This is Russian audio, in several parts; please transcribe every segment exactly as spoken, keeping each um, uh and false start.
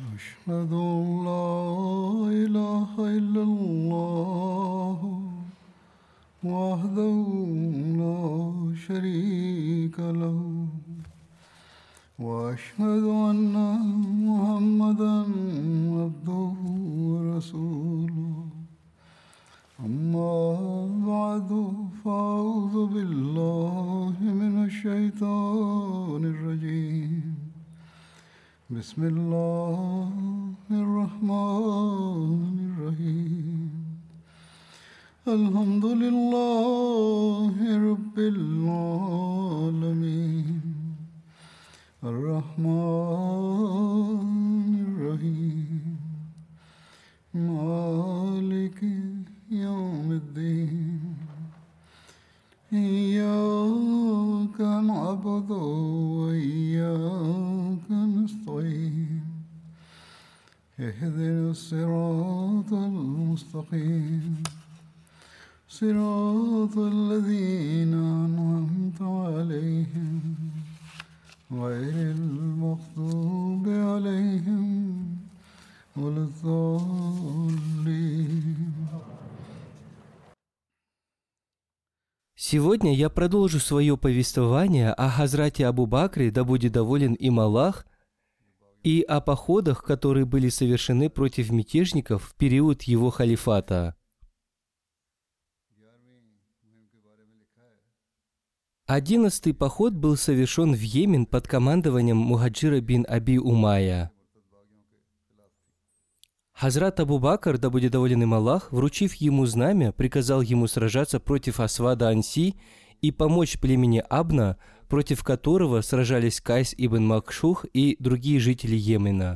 أشهد أن لا إله إلا الله وحده لا شريك له وأشهد أن محمدا عبده ورسوله أما بعد فأعوذ بالله من الشيطان الرجيم بسم الله الرحمن الرحيم الحمد لله رب العالمين الرحمن الرحيم مالك يوم الدين إياك نعبد وإياك نستعين اهدنا الصراط المستقيم صراط الذين أنعمت عليهم غير المغضوب عليهم ولا الضالين. Сегодня я продолжу свое повествование о Хазрате Абу Бакре, да будет доволен им Аллах, и о походах, которые были совершены против мятежников в период его халифата. Одиннадцатый поход был совершен в Йемен под командованием Мухаджира бин Аби Умайя. Хазрат Абу Бакр, да будет доволен им Аллах, вручив ему знамя, приказал ему сражаться против Асвада Анси и помочь племени Абна, против которого сражались Кайс ибн Макшух и другие жители Йемена.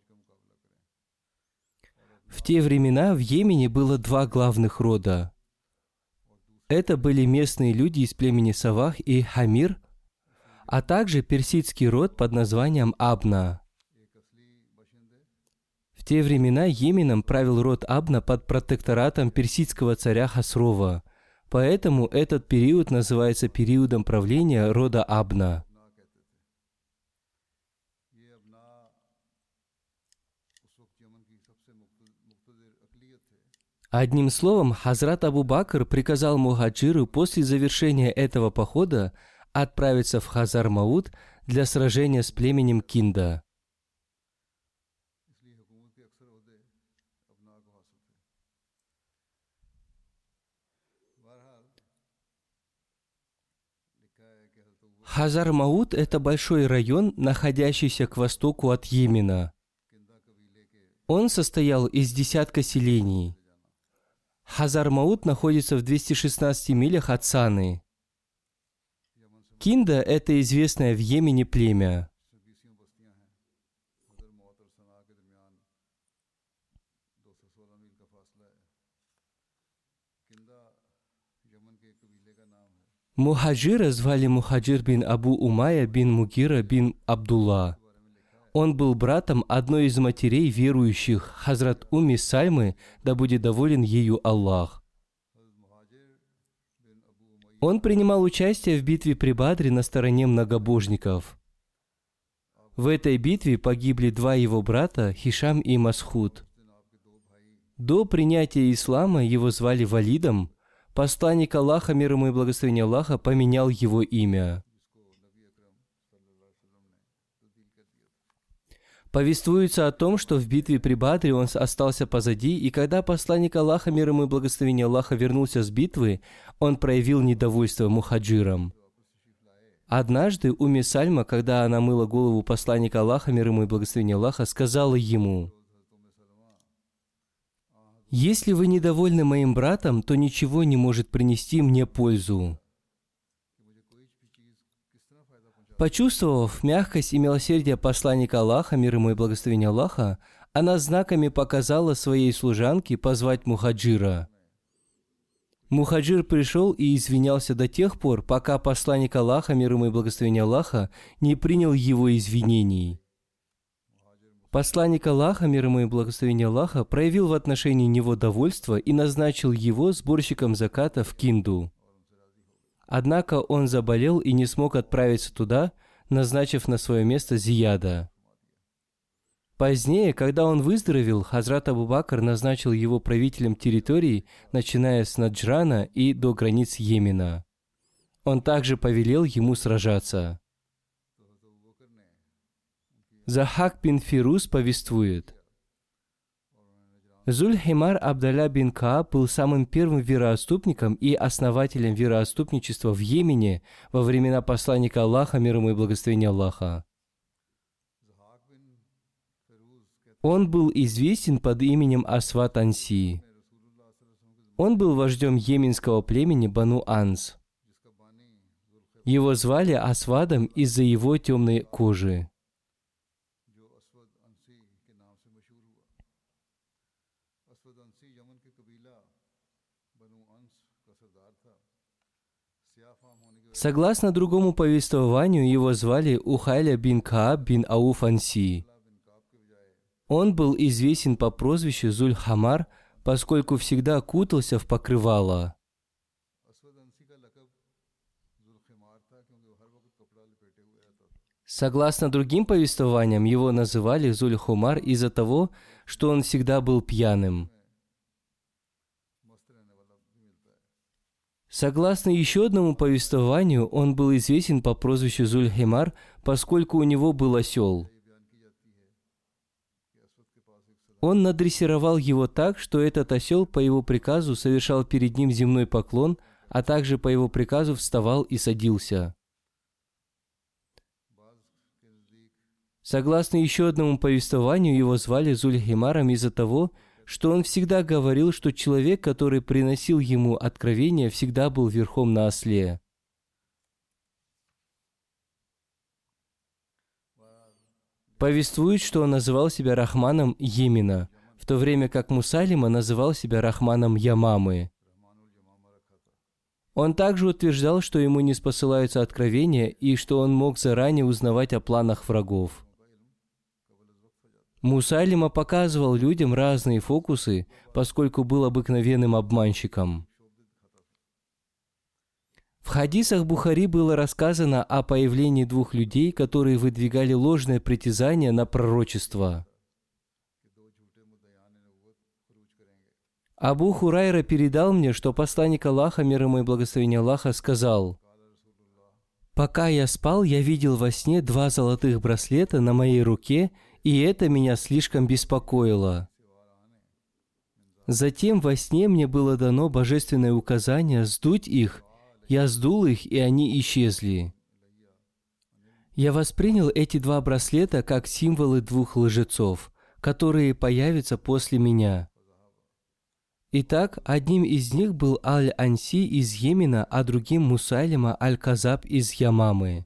В те времена в Йемене было два главных рода. Это были местные люди из племени Савах и Хамир, а также персидский род под названием Абна. В те времена Йеменом правил род Абна под протекторатом персидского царя Хасрова, поэтому этот период называется периодом правления рода Абна. Одним словом, Хазрат Абу Бакр приказал Мухаджиру после завершения этого похода отправиться в Хазар-Мауд для сражения с племенем Кинда. Хазар-Мауд – это большой район, находящийся к востоку от Йемена. Он состоял из десятка селений. Хазар-Мауд находится в двухстах шестнадцати милях от Саны. Кинда – это известное в Йемене племя. Мухаджира звали Мухаджир бин Абу Умайя бин Мугира бин Абдулла. Он был братом одной из матерей верующих, Хазрат Умми Сальмы, да будет доволен ею Аллах. Он принимал участие в битве при Бадре на стороне многобожников. В этой битве погибли два его брата, Хишам и Масхуд. До принятия ислама его звали Валидом. Посланник Аллаха, мир ему и благословение Аллаха, поменял его имя. Повествуется о том, что в битве при Бадре он остался позади, и когда посланник Аллаха, мир ему и благословение Аллаха, вернулся с битвы, он проявил недовольство Мухаджиром. Однажды Умми Сальма, когда она мыла голову посланника Аллаха, мир ему и благословение Аллаха, сказала ему: «Если вы недовольны моим братом, то ничего не может принести мне пользу». Почувствовав мягкость и милосердие посланника Аллаха, мир ему и благословение Аллаха, она знаками показала своей служанке позвать Мухаджира. Мухаджир пришел и извинялся до тех пор, пока посланник Аллаха, мир ему и благословение Аллаха, не принял его извинений. Посланник Аллаха, мир ему и благословение Аллаха, проявил в отношении него довольство и назначил его сборщиком заката в Кинду. Однако он заболел и не смог отправиться туда, назначив на свое место Зияда. Позднее, когда он выздоровел, Хазрат Абу Бакр назначил его правителем территории, начиная с Наджрана и до границ Йемена. Он также повелел ему сражаться. Захак бин Фируз повествует: Зуль-Химар Абдалля бин Кааб был самым первым вероотступником и основателем вероотступничества в Йемене во времена посланника Аллаха, мир ему и благословения Аллаха. Он был известен под именем Асват Анси. Он был вождем йеменского племени Бану Анс. Его звали Асвадом из-за его темной кожи. Согласно другому повествованию, его звали Ухайля бин Кааб бин Ауф Анси. Он был известен по прозвищу Зуль-Хамар, поскольку всегда кутался в покрывало. Согласно другим повествованиям, его называли Зуль-Хумар из-за того, что он всегда был пьяным. Согласно еще одному повествованию, он был известен по прозвищу Зуль-Химар, поскольку у него был осел. Он надрессировал его так, что этот осел по его приказу совершал перед ним земной поклон, а также по его приказу вставал и садился. Согласно еще одному повествованию, его звали Зуль-Химаром из-за того, что он всегда говорил, что человек, который приносил ему откровение, всегда был верхом на осле. Повествует, что он называл себя Рахманом Йемена, в то время как Мусайлима называл себя Рахманом Ямамы. Он также утверждал, что ему не спосылаются откровения и что он мог заранее узнавать о планах врагов. Мусайлима показывал людям разные фокусы, поскольку был обыкновенным обманщиком. В хадисах Бухари было рассказано о появлении двух людей, которые выдвигали ложное притязание на пророчество. Абу Хурайра передал мне, что посланник Аллаха, мир ему и благословение Аллаха, сказал: «Пока я спал, я видел во сне два золотых браслета на моей руке, и это меня слишком беспокоило. Затем во сне мне было дано божественное указание сдуть их. Я сдул их, и они исчезли. Я воспринял эти два браслета как символы двух лжецов, которые появятся после меня. Итак, одним из них был Аль-Анси из Йемена, а другим Мусайлима Аль-Казаб из Ямамы».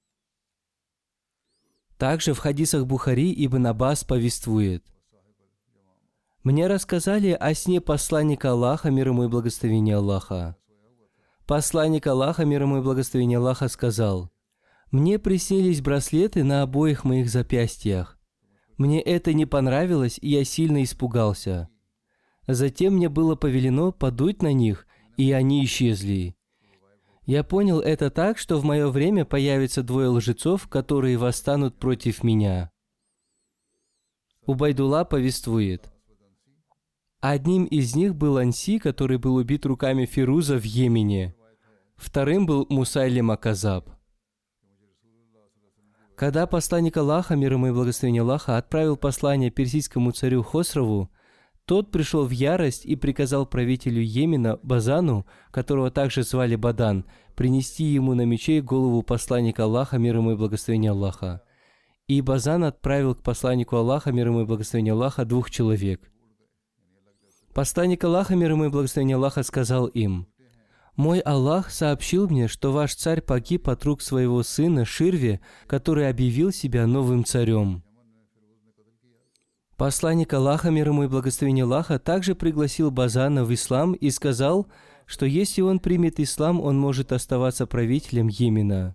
Также в хадисах Бухари Ибн Аббас повествует: «Мне рассказали о сне посланника Аллаха, мир ему и благословение Аллаха. Посланник Аллаха, мир ему и благословение Аллаха, сказал: «Мне приснились браслеты на обоих моих запястьях. Мне это не понравилось, и я сильно испугался. Затем мне было повелено подуть на них, и они исчезли. Я понял это так, что в мое время появятся двое лжецов, которые восстанут против меня». Убайдулла повествует: «Одним из них был Анси, который был убит руками Фируза в Йемене. Вторым был Мусайлима Казаб. Когда посланник Аллаха, мир ему и благословение Аллаха, отправил послание персидскому царю Хосрову, тот пришел в ярость и приказал правителю Йемена Базану, которого также звали Бадан, принести ему на мече голову посланника Аллаха, мир ему и благословение Аллаха. И Базан отправил к посланнику Аллаха, мир ему и благословение Аллаха, двух человек. Посланник Аллаха, мир ему и благословение Аллаха, сказал им: «Мой Аллах сообщил мне, что ваш царь погиб от рук своего сына Ширви, который объявил себя новым царем». Посланник Аллаха, мир ему и благословение Аллаха, также пригласил Базана в ислам и сказал, что если он примет ислам, он может оставаться правителем Йемена.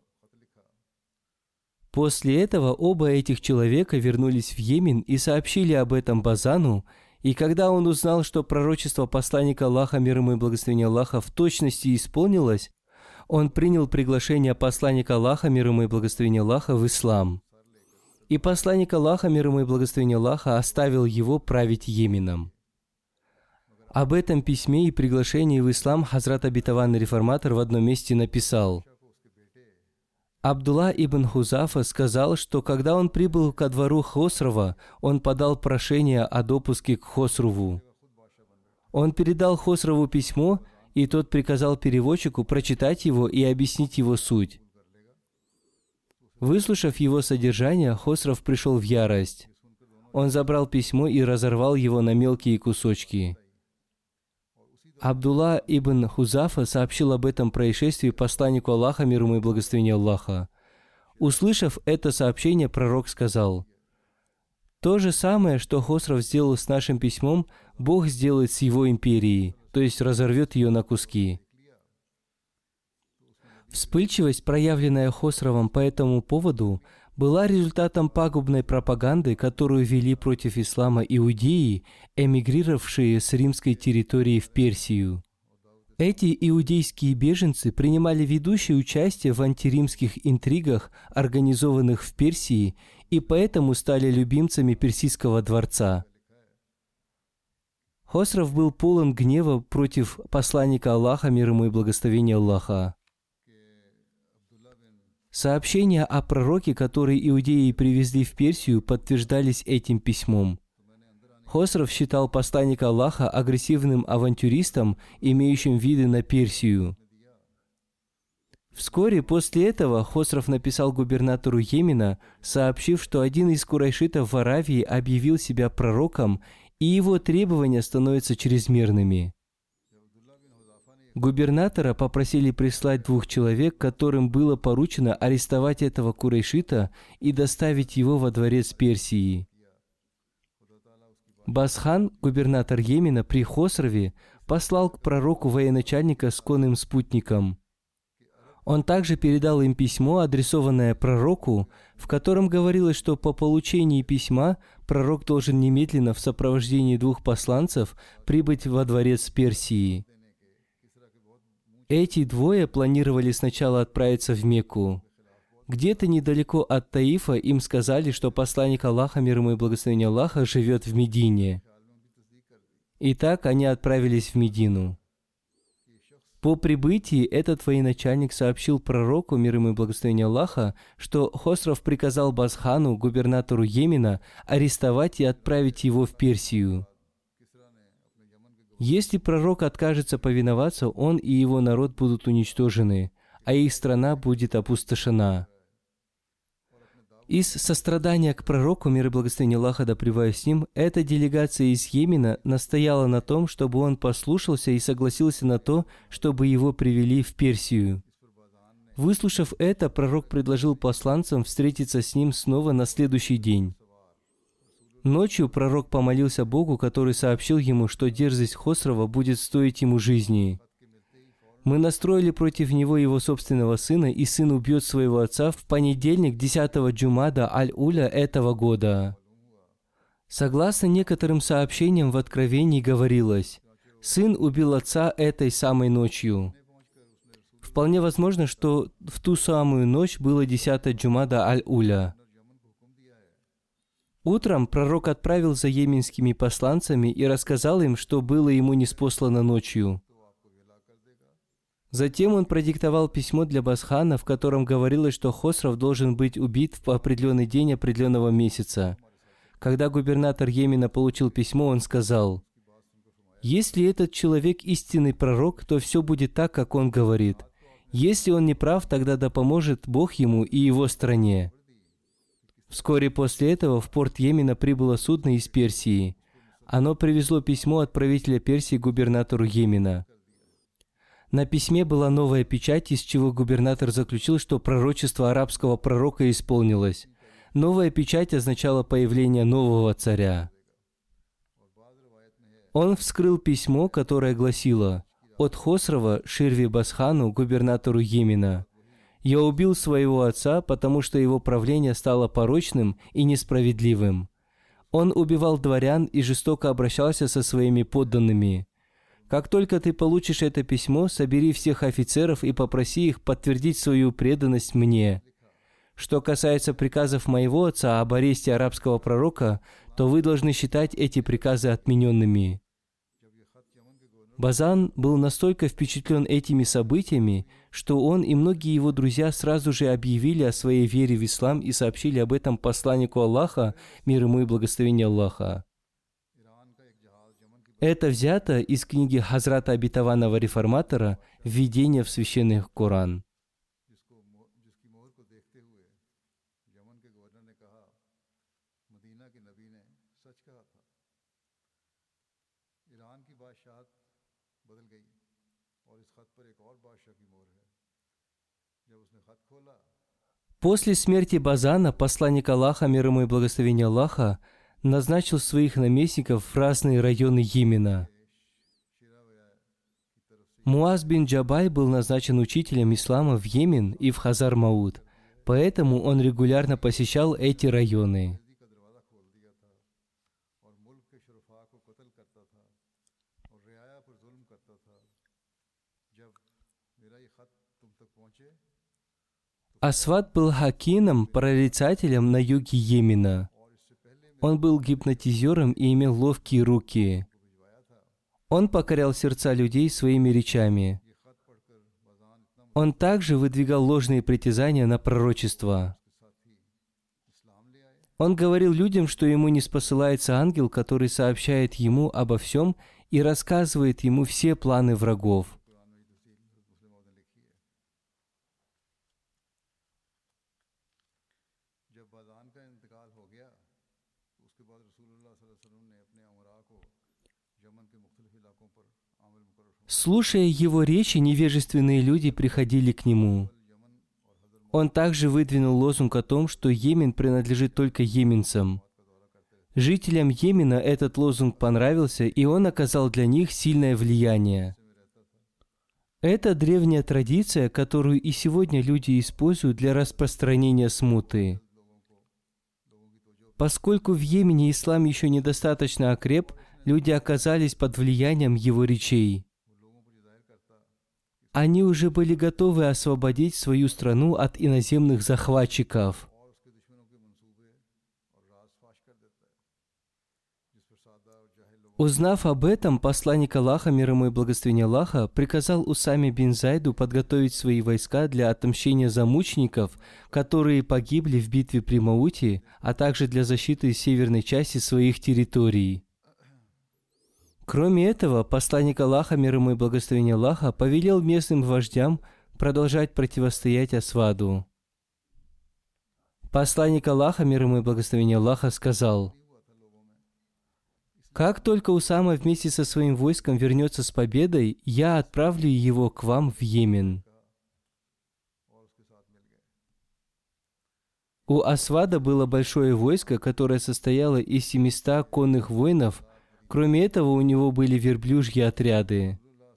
После этого оба этих человека вернулись в Йемен и сообщили об этом Базану, и когда он узнал, что пророчество посланника Аллаха, мир ему и благословение Аллаха, в точности исполнилось, он принял приглашение посланника Аллаха, мир ему и благословение Аллаха, в ислам. И посланник Аллаха, мир ему и благословение Аллаха, оставил его править Йеменом. Об этом письме и приглашении в ислам Хазрат Обетованный Реформатор в одном месте написал: Абдулла ибн Хузафа сказал, что когда он прибыл ко двору Хосрова, он подал прошение о допуске к Хосруву. Он передал Хосрову письмо, и тот приказал переводчику прочитать его и объяснить его суть. Выслушав его содержание, Хосров пришел в ярость. Он забрал письмо и разорвал его на мелкие кусочки. Абдулла ибн Хузафа сообщил об этом происшествии посланнику Аллаха, мир ему и благословение Аллаха. Услышав это сообщение, пророк сказал: «То же самое, что Хосров сделал с нашим письмом, Бог сделает с его империей, то есть разорвет ее на куски». Вспыльчивость, проявленная Хосровым по этому поводу, была результатом пагубной пропаганды, которую вели против ислама иудеи, эмигрировавшие с римской территории в Персию. Эти иудейские беженцы принимали ведущее участие в антиримских интригах, организованных в Персии, и поэтому стали любимцами персидского дворца. Хосров был полон гнева против посланника Аллаха, мир ему и благословение Аллаха. Сообщения о пророке, которые иудеи привезли в Персию, подтверждались этим письмом. Хосров считал посланника Аллаха агрессивным авантюристом, имеющим виды на Персию. Вскоре после этого Хосров написал губернатору Йемена, сообщив, что один из курайшитов в Аравии объявил себя пророком, и его требования становятся чрезмерными. Губернатора попросили прислать двух человек, которым было поручено арестовать этого курайшита и доставить его во дворец Персии. Басхан, губернатор Йемена при Хосрове, послал к пророку военачальника с конным спутником. Он также передал им письмо, адресованное пророку, в котором говорилось, что по получении письма пророк должен немедленно в сопровождении двух посланцев прибыть во дворец Персии. Эти двое планировали сначала отправиться в Мекку. Где-то недалеко от Таифа им сказали, что посланник Аллаха, мир ему и благословение Аллаха, живет в Медине. Итак, они отправились в Медину. По прибытии этот военачальник сообщил пророку, мир ему и благословение Аллаха, что Хосров приказал Басхану, губернатору Йемена, арестовать и отправить его в Персию. Если пророк откажется повиноваться, он и его народ будут уничтожены, а их страна будет опустошена. Из сострадания к пророку, мир и благословение Аллаха да пребывает с ним, эта делегация из Йемена настояла на том, чтобы он послушался и согласился на то, чтобы его привели в Персию. Выслушав это, пророк предложил посланцам встретиться с ним снова на следующий день. Ночью пророк помолился Богу, который сообщил ему, что дерзость Хосрова будет стоить ему жизни. Мы настроили против него его собственного сына, и сын убьет своего отца в понедельник десятого Джумада Аль-Уля этого года. Согласно некоторым сообщениям в Откровении говорилось: сын убил отца этой самой ночью. Вполне возможно, что в ту самую ночь было десятое Джумада Аль-Уля. Утром пророк отправил за йеменскими посланцами и рассказал им, что было ему ниспослано ночью. Затем он продиктовал письмо для Басхана, в котором говорилось, что Хосров должен быть убит в определенный день определенного месяца. Когда губернатор Йемена получил письмо, он сказал: «Если этот человек истинный пророк, то все будет так, как он говорит. Если он не прав, тогда да поможет Бог ему и его стране». Вскоре после этого в порт Йемена прибыло судно из Персии. Оно привезло письмо от правителя Персии губернатору Йемена. На письме была новая печать, из чего губернатор заключил, что пророчество арабского пророка исполнилось. Новая печать означала появление нового царя. Он вскрыл письмо, которое гласило: «От Хосрова Ширви Басхану, губернатору Йемена. Я убил своего отца, потому что его правление стало порочным и несправедливым. Он убивал дворян и жестоко обращался со своими подданными. Как только ты получишь это письмо, собери всех офицеров и попроси их подтвердить свою преданность мне. Что касается приказов моего отца об аресте арабского пророка, то вы должны считать эти приказы отмененными». Базан был настолько впечатлен этими событиями, что он и многие его друзья сразу же объявили о своей вере в ислам и сообщили об этом посланнику Аллаха, мир ему и благословение Аллаха. Это взято из книги Хазрата Обетованного Реформатора «Введение в священный Коран». После смерти Базана посланник Аллаха, мир ему и благословение Аллаха, назначил своих наместников в разные районы Йемена. Муаз бин Джабаль был назначен учителем ислама в Йемен и в Хазар-Мауд, поэтому он регулярно посещал эти районы. Асвад был хакином, прорицателем на юге Йемена. Он был гипнотизером и имел ловкие руки. Он покорял сердца людей своими речами. Он также выдвигал ложные притязания на пророчество. Он говорил людям, что ему не спосылается ангел, который сообщает ему обо всем и рассказывает ему все планы врагов. Слушая его речи, невежественные люди приходили к нему. Он также выдвинул лозунг о том, что Йемен принадлежит только йеменцам. Жителям Йемена этот лозунг понравился, и он оказал для них сильное влияние. Это древняя традиция, которую и сегодня люди используют для распространения смуты. Поскольку в Йемене ислам еще недостаточно окреп, люди оказались под влиянием его речей. Они уже были готовы освободить свою страну от иноземных захватчиков. Узнав об этом, посланник Аллаха, мир ему и благословение Аллаха, приказал Усаме бин Зайду подготовить свои войска для отмщения за мучеников, которые погибли в битве при Мауте, а также для защиты северной части своих территорий. Кроме этого, посланник Аллаха, мир ему и благословение Аллаха, повелел местным вождям продолжать противостоять Асваду. Посланник Аллаха, мир ему и благословение Аллаха, сказал: «Как только Усама вместе со своим войском вернется с победой, я отправлю его к вам в Йемен». У Асвада было большое войско, которое состояло из семисот конных воинов. Кроме этого, у него были верблюжьи отряды.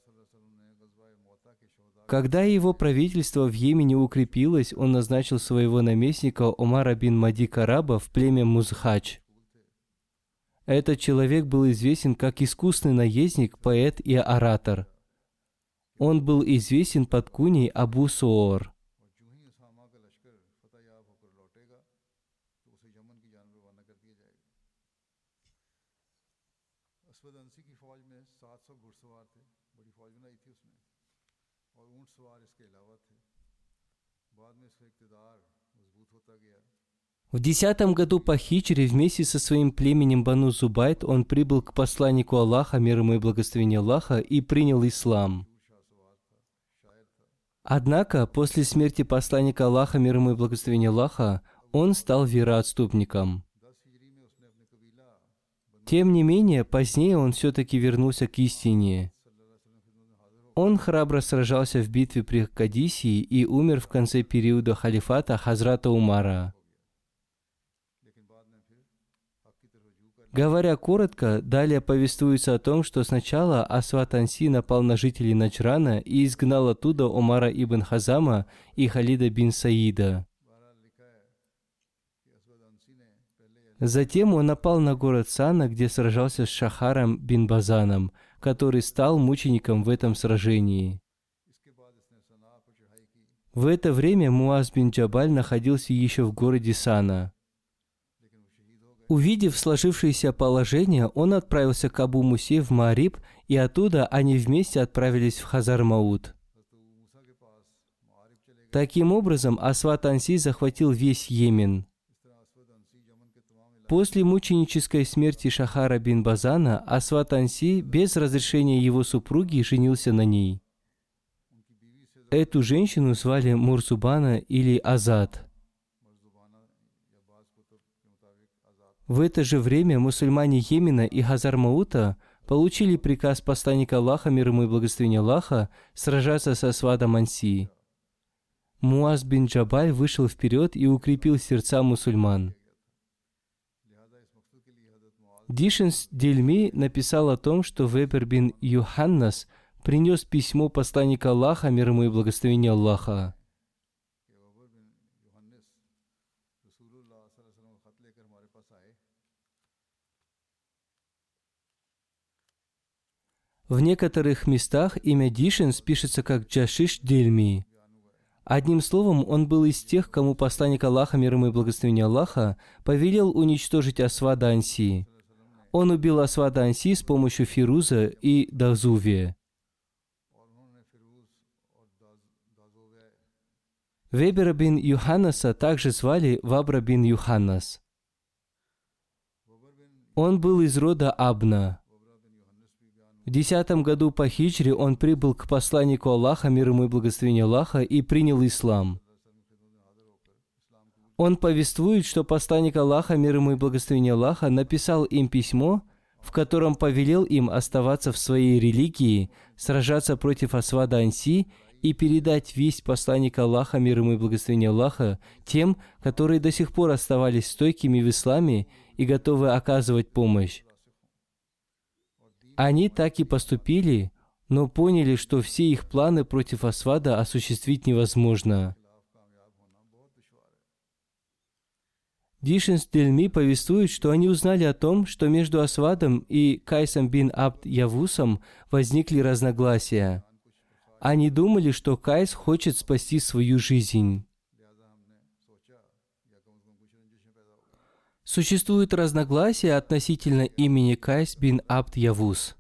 Когда его правительство в Йемене укрепилось, он назначил своего наместника Омара бин Мади Караба в племя Музхач. Этот человек был известен как искусный наездник, поэт и оратор. Он был известен под куней Абу Соор. В десятом году по хиджре вместе со своим племенем Бану Зубайт он прибыл к посланнику Аллаха, мир ему и благословение Аллаха, и принял ислам. Однако, после смерти посланника Аллаха, мир ему и благословение Аллаха, он стал вероотступником. Тем не менее, позднее он все-таки вернулся к истине. Он храбро сражался в битве при Кадисии и умер в конце периода халифата Хазрата Умара. Говоря коротко, далее повествуется о том, что сначала Асвад Анси напал на жителей Наджрана и изгнал оттуда Омара ибн Хазама и Халида бин Саида. Затем он напал на город Сана, где сражался с Шахаром бин Базаном, который стал мучеником в этом сражении. В это время Муаз бин Джабаль находился еще в городе Сана. Увидев сложившееся положение, он отправился к Абу Мусе в Маариб, и оттуда они вместе отправились в Хазар-Мауд. Таким образом, Асвад Анси захватил весь Йемен. После мученической смерти Шахара бин Базана Асвад Анси без разрешения его супруги женился на ней. Эту женщину звали Мурзубана или Азад. В это же время мусульмане Йемена и Хазар-Маута получили приказ посланника Аллаха, мир ему и благословения Аллаха, сражаться со Асвадом Анси. Муаз бин Джабаль вышел вперед и укрепил сердца мусульман. Дишенс Дельми написал о том, что Вебер бин Юханнас принес письмо посланника Аллаха, мир ему и благословения Аллаха. В некоторых местах имя Дишенс пишется как Джашиш Дельми. Одним словом, он был из тех, кому посланник Аллаха, мир ему и благословения Аллаха, повелел уничтожить Асвада Анси. Он убил Асвада Анси с помощью Фируза и Дазувия. Вебера бин Юханнаса также звали Вабра бин Юханнас. Он был из рода Абна. В десятом году по хиджре он прибыл к посланнику Аллаха, мир ему и благословения Аллаха, и принял ислам. Он повествует, что посланник Аллаха, мир ему и благословения Аллаха, написал им письмо, в котором повелел им оставаться в своей религии, сражаться против Асвада Анси и передать весть посланника Аллаха, мир ему и благословения Аллаха, тем, которые до сих пор оставались стойкими в исламе и готовы оказывать помощь. Они так и поступили, но поняли, что все их планы против Асвада осуществить невозможно. Дишенс Дельми повествует, что они узнали о том, что между Асвадом и Кайсом бин Абд Явусом возникли разногласия. Они думали, что Кайс хочет спасти свою жизнь. Существует разногласия относительно имени Кайс бин Абд Явус.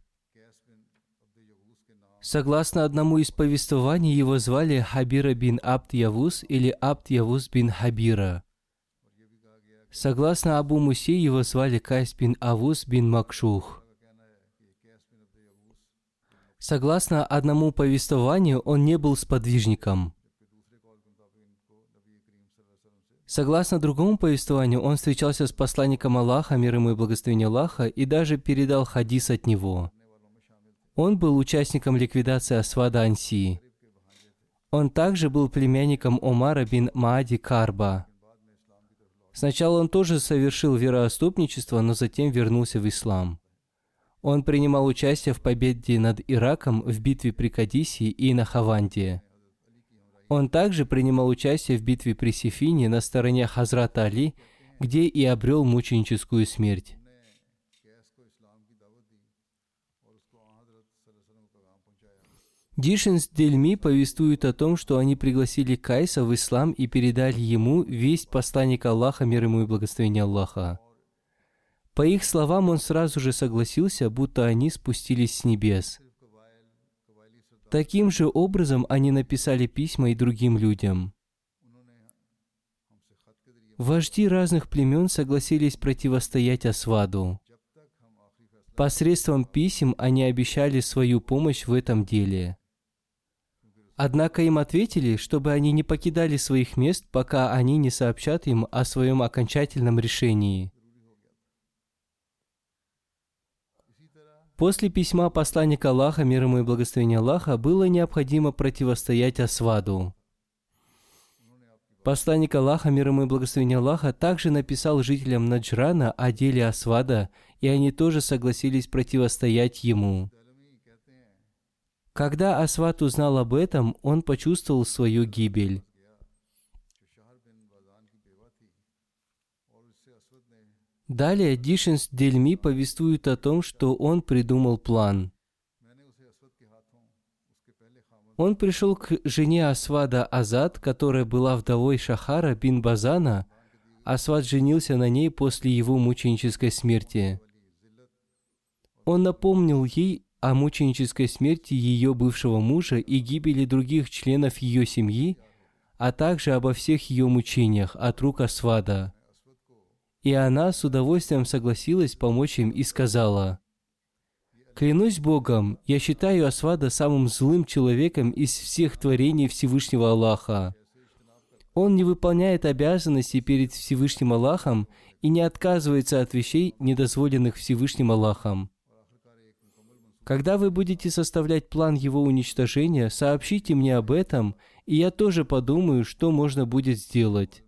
Согласно одному из повествований, его звали Хабира бин Абд Явус или Абд Явус бин Хабира. Согласно Абу Мусе, его звали Кайс бин Авус бин Макшух. Согласно одному повествованию, он не был сподвижником. Согласно другому повествованию, он встречался с посланником Аллаха, мир ему и благословения Аллаха, и даже передал хадис от него. Он был участником ликвидации Асвада Анси. Он также был племянником Омара бин Маади Карба. Сначала он тоже совершил вероотступничество, но затем вернулся в ислам. Он принимал участие в победе над Ираком в битве при Кадисе и на Хаванде. Он также принимал участие в битве при Сифине на стороне Хазрата Али, где и обрел мученическую смерть. Дишенс Дельми повествует о том, что они пригласили Кайса в ислам и передали ему весть посланника Аллаха, мир ему и благословения Аллаха. По их словам, он сразу же согласился, будто они спустились с небес. Таким же образом они написали письма и другим людям. Вожди разных племен согласились противостоять Асваду. Посредством писем они обещали свою помощь в этом деле. Однако им ответили, чтобы они не покидали своих мест, пока они не сообщат им о своем окончательном решении. После письма посланника Аллаха, мир ему и благословения Аллаха, было необходимо противостоять Асваду. Посланник Аллаха, мир ему и благословения Аллаха, также написал жителям Наджрана о деле Асвада, и они тоже согласились противостоять ему. Когда Асвад узнал об этом, он почувствовал свою гибель. Далее Дишенс Дельми повествует о том, что он придумал план. Он пришел к жене Асвада Азад, которая была вдовой Шахара бин Базана. Асвад женился на ней после его мученической смерти. Он напомнил ей о мученической смерти ее бывшего мужа и гибели других членов ее семьи, а также обо всех ее мучениях от рук Асвада. И она с удовольствием согласилась помочь им и сказала: «Клянусь Богом, я считаю Асвада самым злым человеком из всех творений Всевышнего Аллаха. Он не выполняет обязанности перед Всевышним Аллахом и не отказывается от вещей, недозволенных Всевышним Аллахом. Когда вы будете составлять план его уничтожения, сообщите мне об этом, и я тоже подумаю, что можно будет сделать».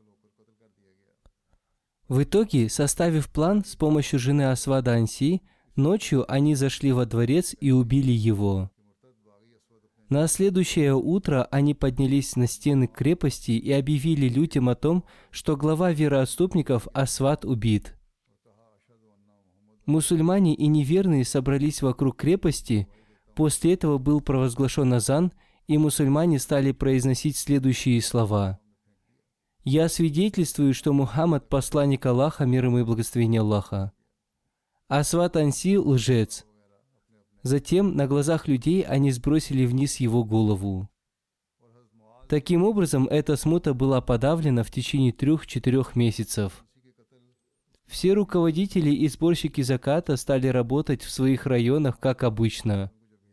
В итоге, составив план с помощью жены Асвада Анси, ночью они зашли во дворец и убили его. На следующее утро они поднялись на стены крепости и объявили людям о том, что глава вероотступников Асвад убит. Мусульмане и неверные собрались вокруг крепости. После этого был провозглашен азан, и мусульмане стали произносить следующие слова: «Я свидетельствую, что Мухаммад – посланник Аллаха, мир ему и благословение Аллаха. Асвад Анси – лжец». Затем на глазах людей они сбросили вниз его голову. Таким образом, эта смута была подавлена в течение трех-четырех месяцев. Все руководители и сборщики заката стали работать в своих районах, как обычно.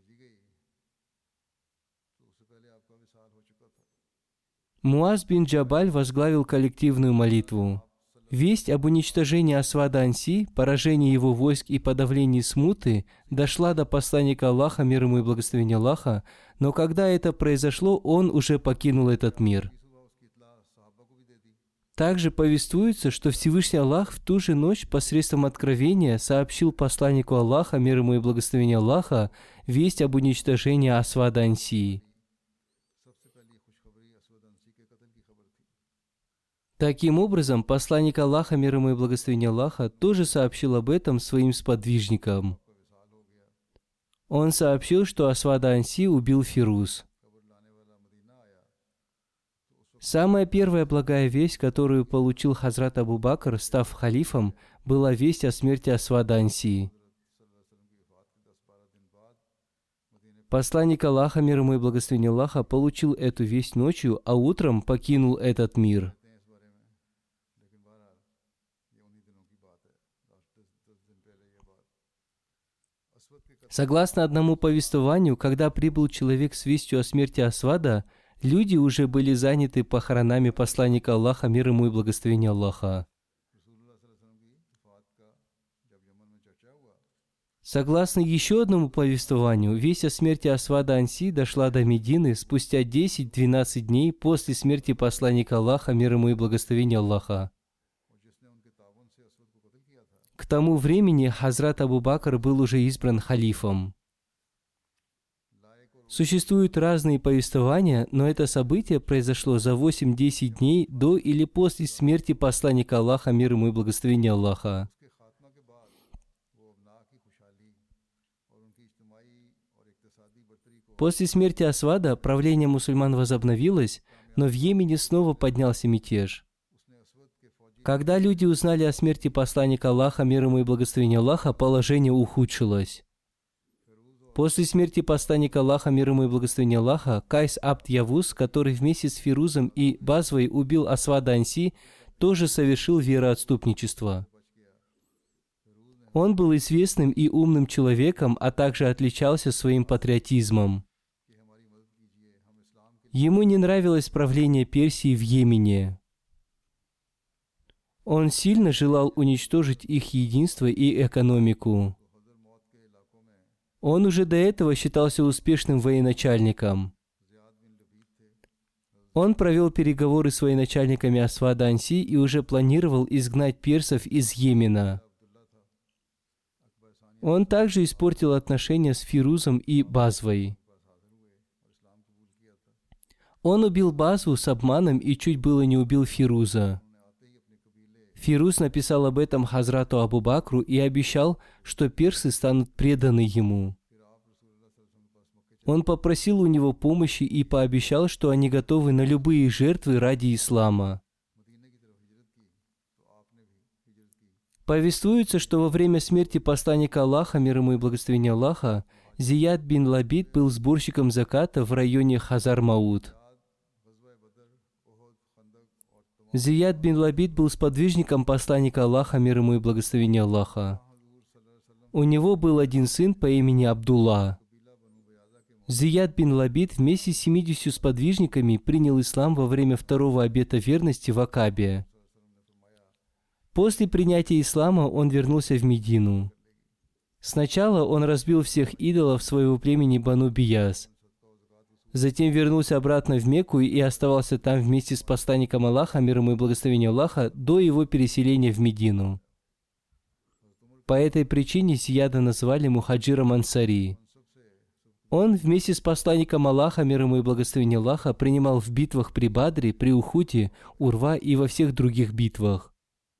Муаз бин Джабаль возглавил коллективную молитву. Весть об уничтожении Асвада Анси, поражении его войск и подавлении смуты дошла до посланника Аллаха, мир ему и благословение Аллаха, но когда это произошло, он уже покинул этот мир. Также повествуется, что Всевышний Аллах в ту же ночь посредством откровения сообщил посланнику Аллаха, мир ему и благословение Аллаха, весть об уничтожении Асвада Анси. Таким образом, посланник Аллаха, мир ему и благословение Аллаха, тоже сообщил об этом своим сподвижникам. Он сообщил, что Асвада Анси убил Фируз. Самая первая благая весть, которую получил Хазрат Абу Бакр, став халифом, была весть о смерти Асвада Анси. Посланник Аллаха, мир ему и благословение Аллаха, получил эту весть ночью, а утром покинул этот мир. Согласно одному повествованию, когда прибыл человек с вестью о смерти Асвада, люди уже были заняты похоронами посланника Аллаха, мир ему и благословение Аллаха. Согласно еще одному повествованию, весть о смерти Асвада Анси дошла до Медины спустя десять-двенадцать дней после смерти посланника Аллаха, мир ему и благословение Аллаха. К тому времени Хазрат Абу Бакр был уже избран халифом. Существуют разные повествования, но это событие произошло за восемь-десять дней до или после смерти посланника Аллаха, мир ему и благословение Аллаха. После смерти Асвада правление мусульман возобновилось, но в Йемене снова поднялся мятеж. Когда люди узнали о смерти посланника Аллаха, мир ему и благословение Аллаха, положение ухудшилось. После смерти посланника Аллаха, мир ему и благословение Аллаха, Кайс Абд Явус, который вместе с Фирузом и Базвой убил Асвада Анси, тоже совершил вероотступничество. Он был известным и умным человеком, а также отличался своим патриотизмом. Ему не нравилось правление Персии в Йемене. Он сильно желал уничтожить их единство и экономику. Он уже до этого считался успешным военачальником. Он провел переговоры с военачальниками Асвада Анси и уже планировал изгнать персов из Йемена. Он также испортил отношения с Фирузом и Базвой. Он убил Базву с обманом и чуть было не убил Фируза. Фируз написал об этом Хазрату Абу Бакру и обещал, что персы станут преданы ему. Он попросил у него помощи и пообещал, что они готовы на любые жертвы ради ислама. Повествуется, что во время смерти посланника Аллаха, мир ему и благословения Аллаха, Зияд бин Лабид был сборщиком заката в районе Хазар-Мауд. Зияд бин Лабид был сподвижником посланника Аллаха, мир ему и благословения Аллаха. У него был один сын по имени Абдулла. Зияд бин Лабид вместе с семидесятью сподвижниками принял ислам во время второго обета верности в Акабе. После принятия ислама он вернулся в Медину. Сначала он разбил всех идолов своего племени Бану Бияс. Затем вернулся обратно в Мекку и оставался там вместе с посланником Аллаха, мир ему и благословения Аллаха, до его переселения в Медину. По этой причине Зияда назвали Мухаджиром Ансари. Он вместе с посланником Аллаха, мир ему и благословения Аллаха, принимал в битвах при Бадре, при Ухуте, Урва и во всех других битвах.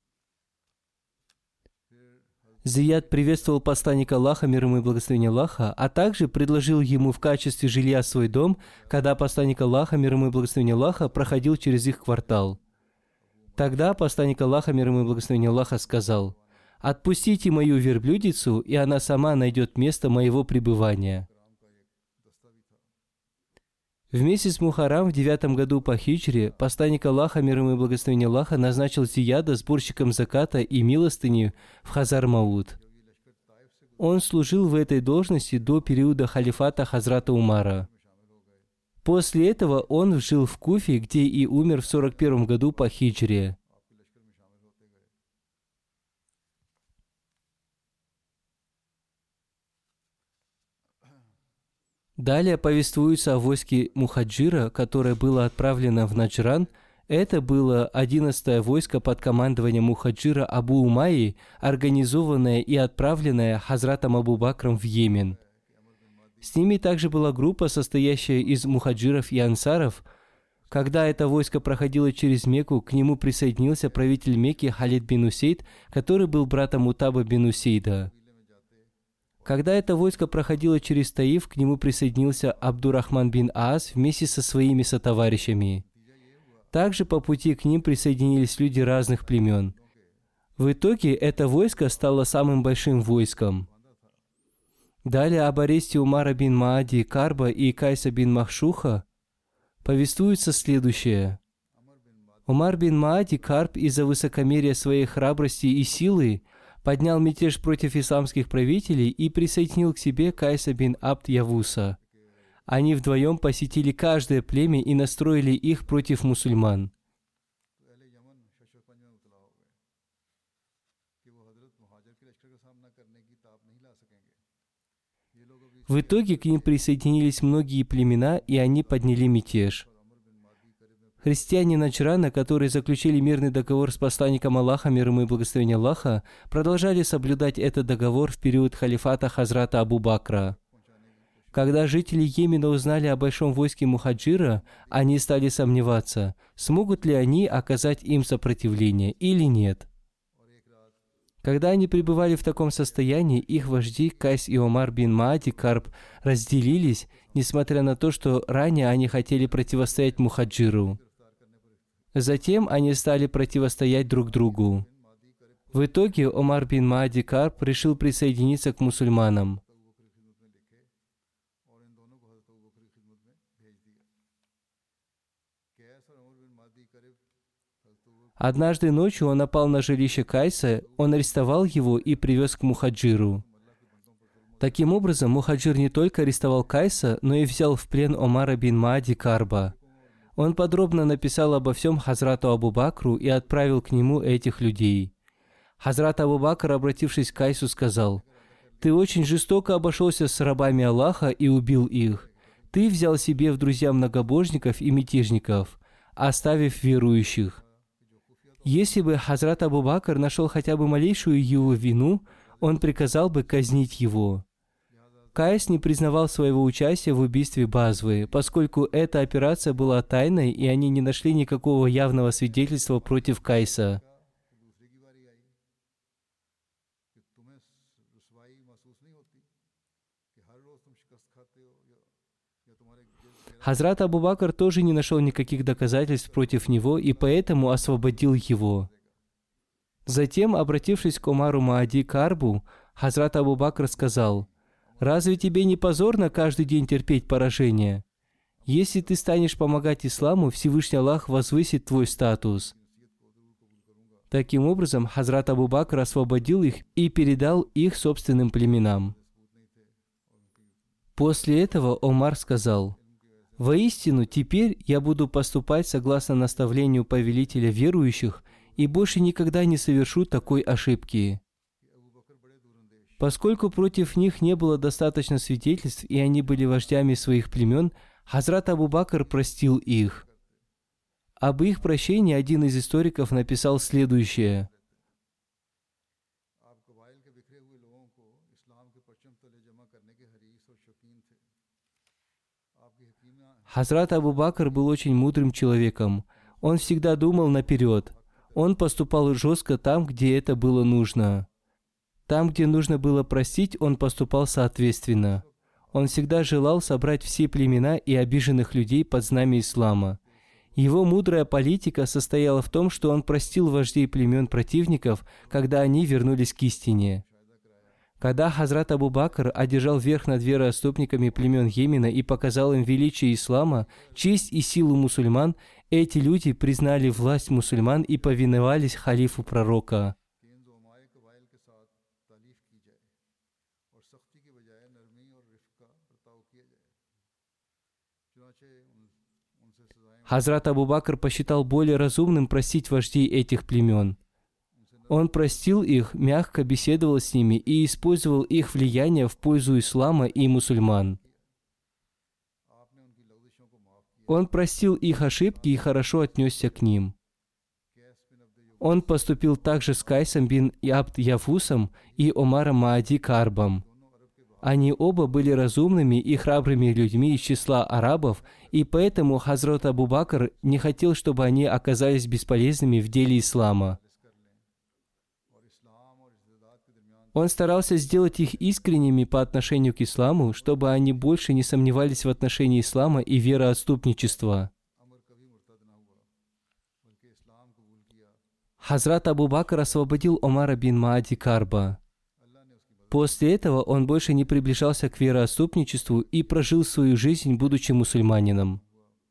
Зияд приветствовал посланника Аллаха, мир ему и благословения Аллаха, а также предложил ему в качестве жилья свой дом, когда посланник Аллаха, мир ему и благословения Аллаха, проходил через их квартал. Тогда посланник Аллаха, мир ему и благословения Аллаха, сказал: «Отпустите мою верблюдицу, и она сама найдет место моего пребывания». В месяц Мухаррам в девятом году по хиджре посланник Аллаха, мир ему и благословения Аллаха, назначил Зияда сборщиком заката и милостыни в Хазар-Мауд. Он служил в этой должности до периода халифата Хазрата Умара. После этого он жил в Куфе, где и умер в сорок первом году по хиджре. Далее повествуется о войске Мухаджира, которое было отправлено в Наджран. Это было одиннадцатое войско под командованием Мухаджира Абу Умайи, организованное и отправленное Хазратом Абу Бакром в Йемен. С ними также была группа, состоящая из мухаджиров и ансаров. Когда это войско проходило через Мекку, к нему присоединился правитель Мекки Халид бин Усейд, который был братом Утаба бин Усейда. Когда это войско проходило через Таиф, к нему присоединился Абдурахман бин Аас вместе со своими сотоварищами. Также по пути к ним присоединились люди разных племен. В итоге это войско стало самым большим войском. Далее об аресте Умара бин Маади Карба и Кайса бин Махшуха повествуется следующее. Умар бин Маади Карб из-за высокомерия своей храбрости и силы поднял мятеж против исламских правителей и присоединил к себе Кайса бин Абд Явуса. Они вдвоем посетили каждое племя и настроили их против мусульман. В итоге к ним присоединились многие племена, и они подняли мятеж. Христиане Наджрана, которые заключили мирный договор с посланником Аллаха, мир ему и благословения Аллаха, продолжали соблюдать этот договор в период халифата Хазрата Абу Бакра. Когда жители Йемена узнали о большом войске Мухаджира, они стали сомневаться, смогут ли они оказать им сопротивление или нет. Когда они пребывали в таком состоянии, их вожди Кайс и Умар бин Маади Карб разделились, несмотря на то, что ранее они хотели противостоять Мухаджиру. Затем они стали противостоять друг другу. В итоге Умар бин Маади Карб решил присоединиться к мусульманам. Однажды ночью он напал на жилище Кайса, он арестовал его и привез к Мухаджиру. Таким образом, Мухаджир не только арестовал Кайса, но и взял в плен Умара бин Маади Карба. Он подробно написал обо всем Хазрату Абу Бакру и отправил к нему этих людей. Хазрат Абу Бакр, обратившись к Кайсу, сказал: «Ты очень жестоко обошелся с рабами Аллаха и убил их. Ты взял себе в друзья многобожников и мятежников, оставив верующих. Если бы Хазрат Абу Бакр нашел хотя бы малейшую его вину, он приказал бы казнить его». Кайс не признавал своего участия в убийстве Базвы, поскольку эта операция была тайной, и они не нашли никакого явного свидетельства против Кайса. Хазрат Абу Бакр тоже не нашел никаких доказательств против него и поэтому освободил его. Затем, обратившись к Омару Маади Карбу, Хазрат Абу Бакр сказал: «Разве тебе не позорно каждый день терпеть поражение? Если ты станешь помогать исламу, Всевышний Аллах возвысит твой статус». Таким образом, Хазрат Абу Бакр освободил их и передал их собственным племенам. После этого Омар сказал: «Воистину, теперь я буду поступать согласно наставлению повелителя верующих и больше никогда не совершу такой ошибки». Поскольку против них не было достаточно свидетельств и они были вождями своих племен, Хазрат Абу Бакр простил их. Об их прощении один из историков написал следующее. Хазрат Абу Бакр был очень мудрым человеком. Он всегда думал наперед. Он поступал жестко там, где это было нужно. Там, где нужно было простить, он поступал соответственно. Он всегда желал собрать все племена и обиженных людей под знамя ислама. Его мудрая политика состояла в том, что он простил вождей племен противников, когда они вернулись к истине. Когда Хазрат Абу Бакр одержал верх над вероотступниками племен Йемена и показал им величие ислама, честь и силу мусульман, эти люди признали власть мусульман и повиновались халифу пророка. Хазрат Абу Бакр посчитал более разумным простить вождей этих племен. Он простил их, мягко беседовал с ними и использовал их влияние в пользу ислама и мусульман. Он простил их ошибки и хорошо отнесся к ним. Он поступил также с Кайсом бин Абд Яфусом и Омаром Маади Карбом. Они оба были разумными и храбрыми людьми из числа арабов, и поэтому Хазрат Абу Бакр не хотел, чтобы они оказались бесполезными в деле ислама. Он старался сделать их искренними по отношению к исламу, чтобы они больше не сомневались в отношении ислама и вероотступничества. Хазрат Абу Бакр освободил Омара бин Маади Карба. После этого он больше не приближался к вероотступничеству и прожил свою жизнь, будучи мусульманином.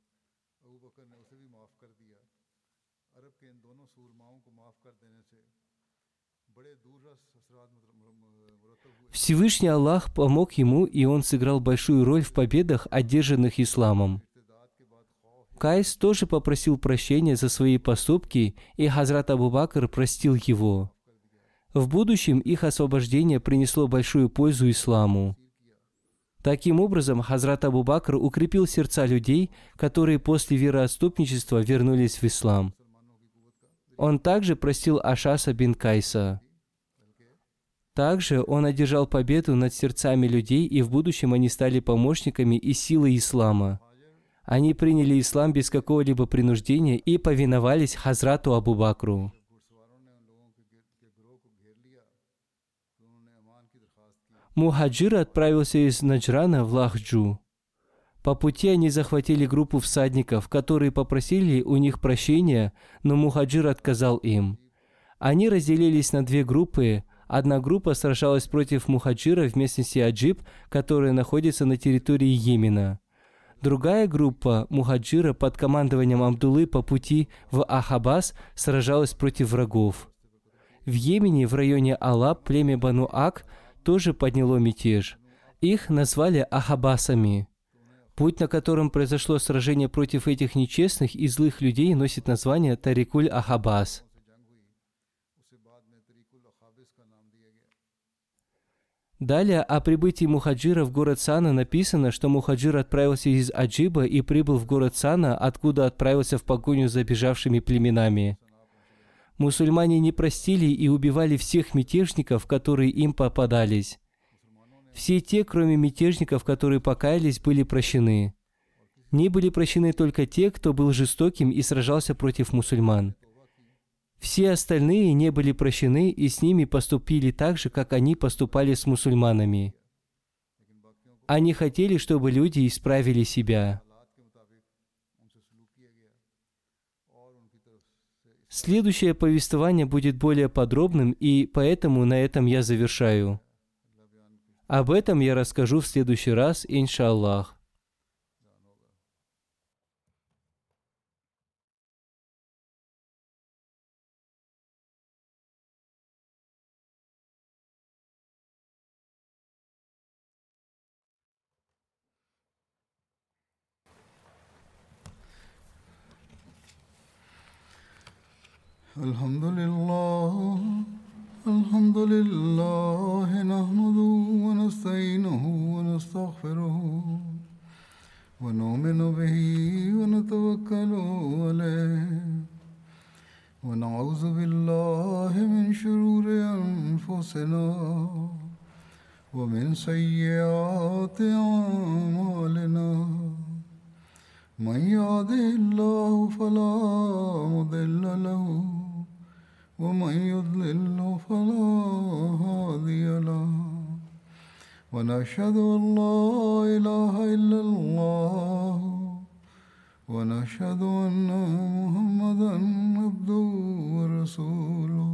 Всевышний Аллах помог ему, и он сыграл большую роль в победах, одержанных исламом. Кайс тоже попросил прощения за свои поступки, и Хазрат Абу Бакр простил его. В будущем их освобождение принесло большую пользу исламу. Таким образом, Хазрат Абу Бакр укрепил сердца людей, которые после вероотступничества вернулись в ислам. Он также простил Ашаса бин Кайса. Также он одержал победу над сердцами людей, и в будущем они стали помощниками и силой ислама. Они приняли ислам без какого-либо принуждения и повиновались Хазрату Абу Бакру. Мухаджир отправился из Наджрана в Лахджу. По пути они захватили группу всадников, которые попросили у них прощения, но Мухаджир отказал им. Они разделились на две группы. Одна группа сражалась против Мухаджира в местности Аджиб, которая находится на территории Йемена. Другая группа Мухаджира под командованием Абдуллы по пути в Ахабас сражалась против врагов. В Йемене, в районе Алаб, племя Бану Ак тоже подняло мятеж. Их назвали Ахабасами. Путь, на котором произошло сражение против этих нечестных и злых людей, носит название Тарикуль Ахабас. Далее о прибытии Мухаджира в город Сана написано, что Мухаджир отправился из Аджиба и прибыл в город Сана, откуда отправился в погоню за бежавшими племенами. Мусульмане не простили и убивали всех мятежников, которые им попадались. Все те, кроме мятежников, которые покаялись, были прощены. Не были прощены только те, кто был жестоким и сражался против мусульман. Все остальные не были прощены, и с ними поступили так же, как они поступали с мусульманами. Они хотели, чтобы люди исправили себя. Следующее повествование будет более подробным, и поэтому на этом я завершаю. Об этом я расскажу в следующий раз, иншаллах. الحمد لله الحمد لله نحمده ونستعينه ونستغفره ونؤمن به ونتوكل عليه ونعوذ بالله من شرور أنفسنا ومن سيئات أعمالنا من يهده الله فلا مضل له ومن يضلل فلا هادي له ونشهد أن لا إله إلا الله ونشهد أن محمدا عبده ورسوله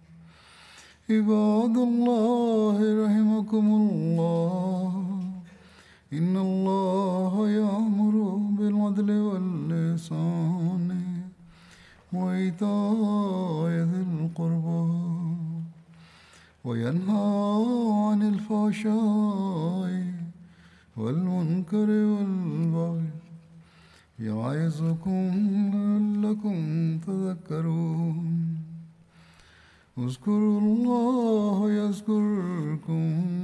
عباد الله رحمكم الله إن الله يأمر بالعدل والإحسان وإيتاء ذي القربى وينهى عن الفحشاء والمنكر والبغي يعظكم لعلكم تذكرون اذكروا الله يذكركم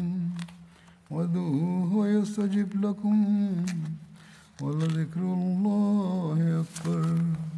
وادعوه يستجب لكم ولذكر الله أكبر